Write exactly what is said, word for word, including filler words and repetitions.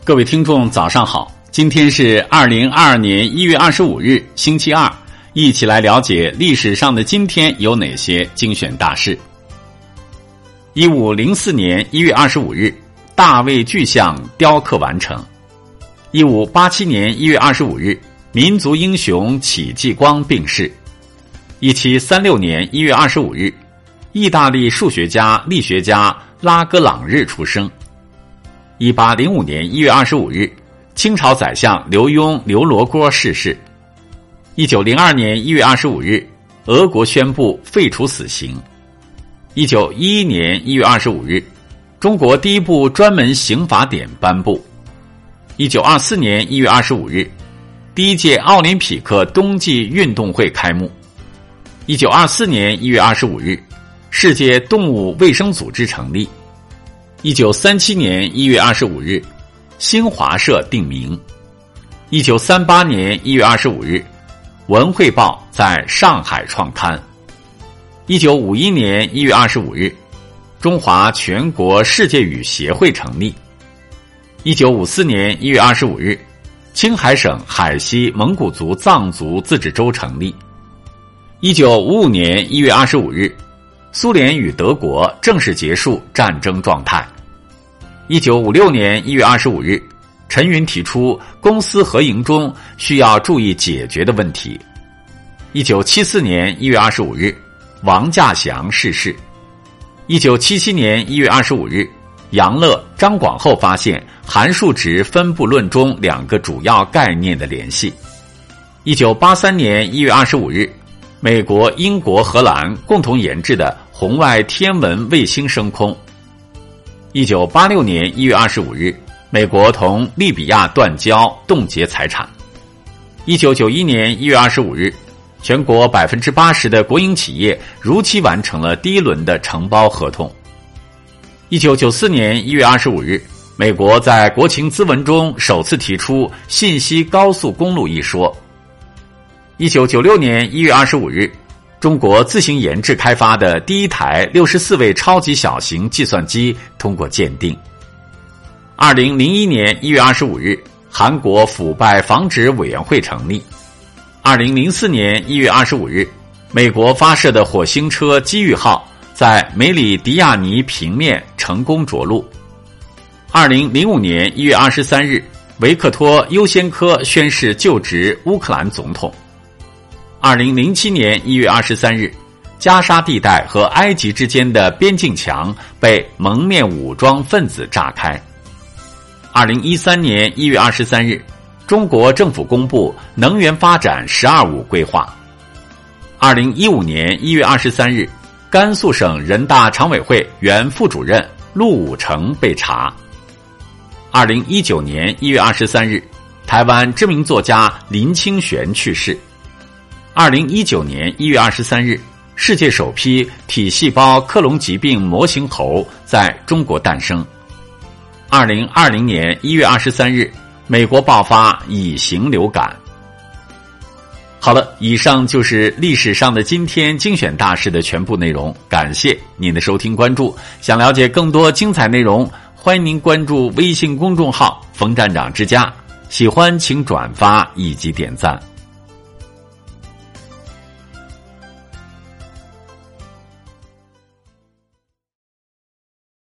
各位听众早上好，今天是二零二二年一月二十五日星期二，一起来了解历史上的今天有哪些精选大事。一五零四年一月二十五日，大卫巨像雕刻完成。一五八七年一月二十五日，民族英雄戚继光病逝。一七三六年一月二十五日，意大利数学家、力学家拉格朗日出生。一八零五年一月二十五日，清朝宰相刘墉刘罗锅逝世。一九零二年一月二十五日，俄国宣布废除死刑。一九一一年一月二十五日，中国第一部专门刑法典颁布。一九二四年一月二十五日，第一届奥林匹克冬季运动会开幕。一九二四年一月二十五日，世界动物卫生组织成立。一九三七年一月二十五日，新华社定名。一九三八年一月二十五日，文汇报在上海创刊。一九五一年一月二十五日，中华全国世界语协会成立。一九五四年一月二十五日，青海省海西蒙古族藏族自治州成立。一九五五年一月二十五日，苏联与德国正式结束战争状态。一九五六年一月二十五日，陈云提出公私合营中需要注意解决的问题。一九七四年一月二十五日，王稼祥逝世。一九七七年一月二十五日，杨乐、张广厚发现函数值分布论中两个主要概念的联系。一九八三年一月二十五日，美国、英国、荷兰共同研制的红外天文卫星升空。一九八六年一月二十五日，美国同利比亚断交，冻结财产。一九九一年一月二十五日，全国百分之八十的国营企业如期完成了第一轮的承包合同。一九九四年一月二十五日，美国在国情咨文中首次提出信息高速公路一说。一九九六年一月二十五日，中国自行研制开发的第一台六十四位超级小型计算机通过鉴定。二零零一年一月二十五日，韩国腐败防止委员会成立。二零零四年一月二十五日，美国发射的火星车机遇号在梅里迪亚尼平面成功着陆。二零零五年一月二十三日，维克托优先科宣誓就职乌克兰总统。二零零七年一月二十三日，加沙地带和埃及之间的边境墙被蒙面武装分子炸开。二零一三年一月二十三日，中国政府公布能源发展“十二五”规划。二零一五年一月二十三日，甘肃省人大常委会原副主任陆武成被查。二零一九年一月二十三日，台湾知名作家林清玄去世。二零一九年一月二十三日，世界首批体细胞克隆疾病模型猴在中国诞生。二零二零年一月二十三日，美国爆发乙型流感。好了，以上就是历史上的今天精选大事的全部内容，感谢您的收听关注。想了解更多精彩内容，欢迎您关注微信公众号冯站长之家，喜欢请转发以及点赞。